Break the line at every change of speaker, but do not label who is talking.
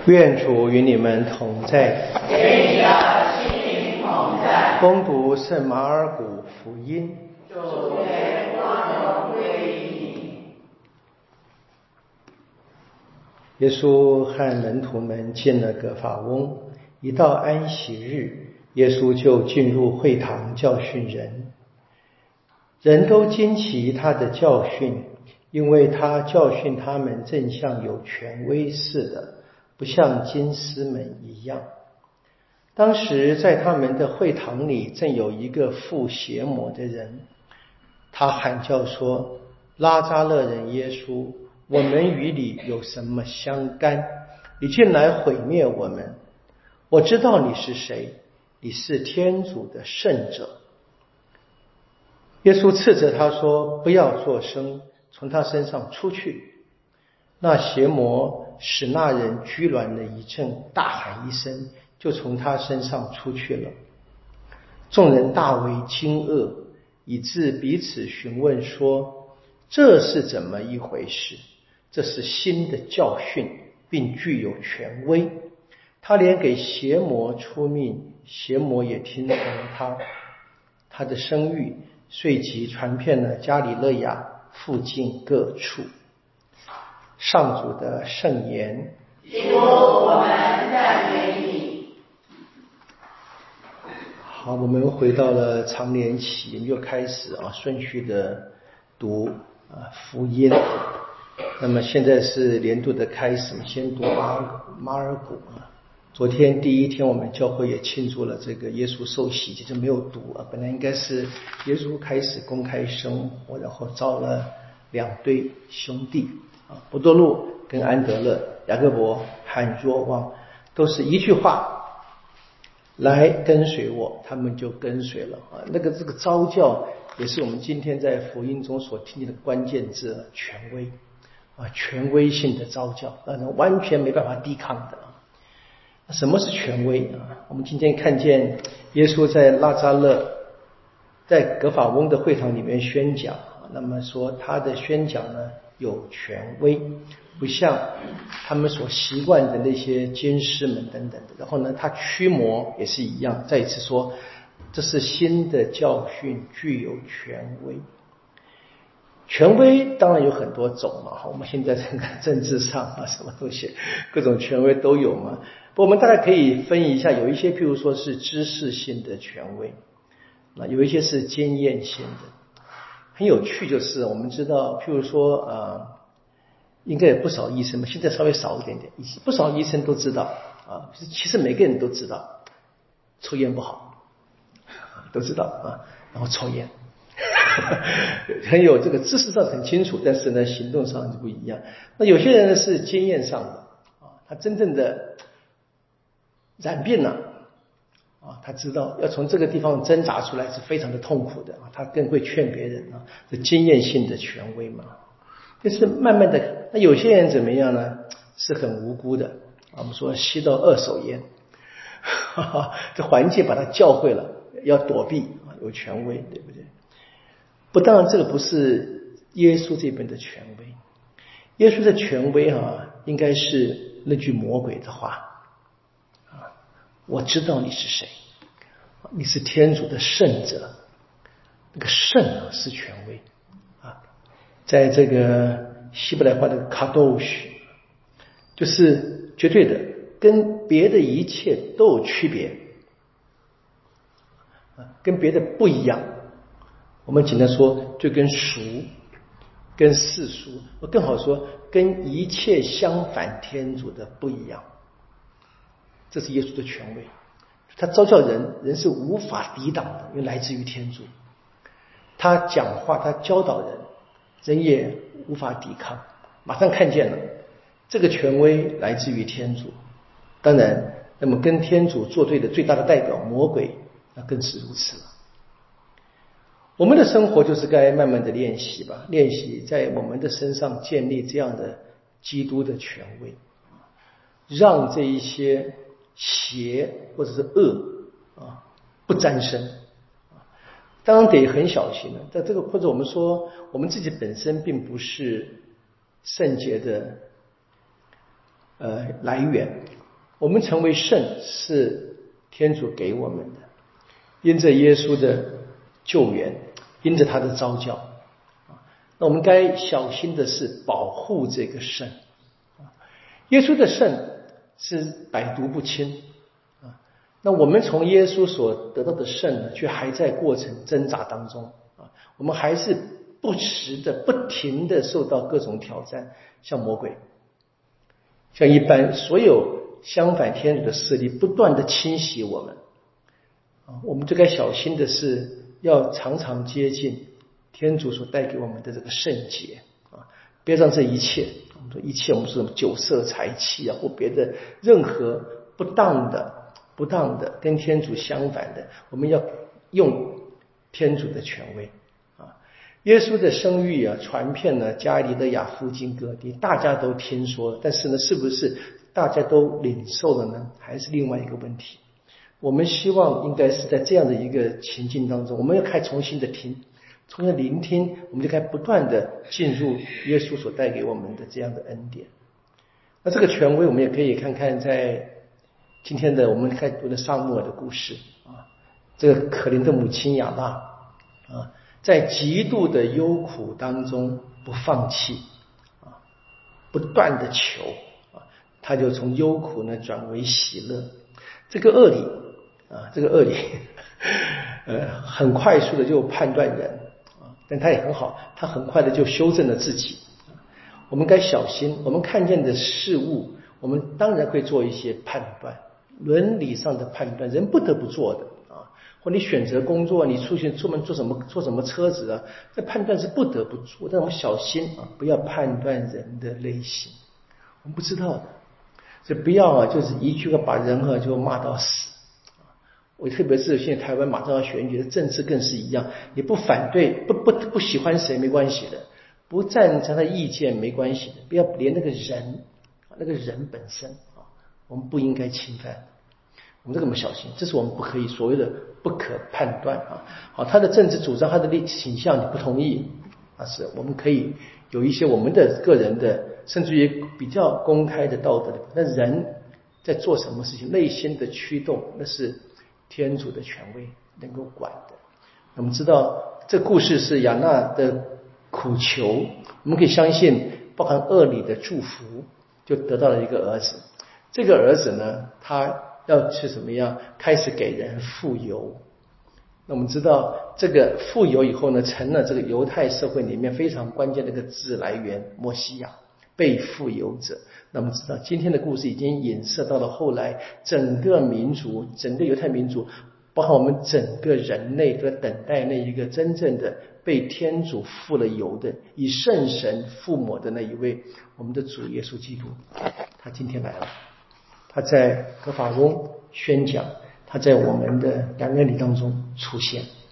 愿主与你们同在。
与你的心灵同在。
恭读圣马尔谷福音。
主愿光荣归于你。
耶稣和门徒们进了葛法翁，一到安息日，耶稣就进入会堂教训人。人都惊奇他的教训，因为他教训他们正像有权威似的，不像经师们一样。当时在他们的会堂里正有一个附邪魔的人，他喊叫说：拉扎勒人耶稣，我们与你有什么相干？你进来毁灭我们。我知道你是谁，你是天主的圣者。耶稣斥责他说：不要作声，从他身上出去。那邪魔使那人拘挛了一阵，大喊一声，就从他身上出去了。众人大为惊愕，以致彼此询问说：这是怎么一回事？这是新的教训，并具有权威。他连给邪魔出命，邪魔也听从他。他的声誉遂即传遍了加里肋亚附近各处。上主的圣言。
基督，我们赞美你。
好，我们回到了常年期，又开始顺序的读福音。那么现在是年度的开始，先读马尔谷。昨天第一天我们教会也庆祝了这个耶稣受洗，就没有读本来应该是耶稣开始公开生活，然后招了两对兄弟伯多禄跟安德勒，雅各伯和若望，都是一句话：来跟随我，他们就跟随了这个召教也是我们今天在福音中所听见的关键字，权威权威性的召教，完全没办法抵抗的。什么是权威我们今天看见耶稣在拉扎勒在葛法翁的会堂里面宣讲，那么说他的宣讲呢有权威，不像他们所习惯的那些经师们等等的。然后呢，他驱魔也是一样，再一次说这是新的教训，具有权威。权威当然有很多种嘛，我们现在这个政治上什么东西各种权威都有嘛。不过我们大概可以分一下，有一些譬如说是知识性的权威，有一些是经验性的。很有趣就是我们知道譬如说应该有不少医生嘛，现在稍微少一点点，不少医生都知道其实每个人都知道抽烟不好，都知道然后抽烟很有这个知识上很清楚，但是呢行动上就不一样。那有些人呢是经验上的他真正的染病了他知道要从这个地方挣扎出来是非常的痛苦的他更会劝别人这经验性的权威嘛。就是慢慢的，那有些人怎么样呢？是很无辜的我们说吸到二手烟这环境把他教会了要躲避有权威，对不对？不，当然这个不是耶稣这边的权威。耶稣的权威应该是那句魔鬼的话我知道你是谁，你是天主的圣者。那个圣是权威在这个希伯来话的卡多许，就是绝对的，跟别的一切都有区别跟别的不一样。我们简单说就跟俗跟世俗，我更好说跟一切相反天主的不一样。这是耶稣的权威，他召叫人是无法抵挡的，因为来自于天主。他讲话他教导人也无法抵抗，马上看见了这个权威来自于天主。当然那么跟天主作对的最大的代表魔鬼那更是如此了。我们的生活就是该慢慢的练习吧，练习在我们的身上建立这样的基督的权威，让这一些邪或者是恶不沾身。当然得很小心在这个或者我们说我们自己本身并不是圣洁的来源。我们成为圣是天主给我们的，因着耶稣的救援，因着他的召叫。那我们该小心的是保护这个圣。耶稣的圣是百毒不侵啊，那我们从耶稣所得到的圣呢，却还在过程挣扎当中啊，我们还是不时的、不停的受到各种挑战，像魔鬼，像一般所有相反天主的势力不断的侵袭我们啊，我们就该小心的是要常常接近天主所带给我们的这个圣洁啊，别让这一切，我们说一切，我们说酒色财气啊，或别的任何不当的跟天主相反的，我们要用天主的权威啊。耶稣的声誉啊，传遍了加利利亚附近各地，大家都听说了，但是呢，是不是大家都领受了呢？还是另外一个问题。我们希望应该是在这样的一个情境当中，我们要开始重新的听，重新聆听，我们就该不断的进入耶稣所带给我们的这样的恩典。那这个权威，我们也可以看看在今天的我们开始读的撒母耳的故事啊，这个可怜的母亲亚娜啊，在极度的忧苦当中不放弃啊，不断的求啊，他就从忧苦呢转为喜乐。这个恶理啊，很快速的就判断人啊，但他也很好，他很快的就修正了自己。我们该小心，我们看见的事物，我们当然会做一些判断，伦理上的判断，人不得不做的啊。或你选择工作，你出门坐什么车子啊，这判断是不得不做，但我们小心啊，不要判断人的类型，我们不知道的。所以不要啊，就是一句话把人啊就骂到死。我特别是现在台湾马上要选举，政治更是一样，你不反对不喜欢谁没关系的，不赞成他的意见没关系的，不要连那个人本身啊，我们不应该侵犯。我们这个我们小心，这是我们不可以所谓的不可判断啊。好，他的政治主张、他的倾向你不同意啊，是我们可以有一些我们的个人的，甚至于比较公开的道德的。那人在做什么事情，内心的驱动，那是天主的权威能够管的。我们知道这故事是亚娜的苦求，我们可以相信包含恶理的祝福，就得到了一个儿子。这个儿子呢，他要去怎么样开始给人傅油。那我们知道这个傅油以后呢，成了这个犹太社会里面非常关键的一个字来源，摩西亚被傅油者。那我们知道今天的故事已经引射到了后来整个民族，整个犹太民族，包括我们整个人类都在等待那一个真正的被天主傅了油的，以圣神覆抹的那一位，我们的主耶稣基督。他今天来了，他在格法翁宣讲，他在我们的感恩礼当中出现。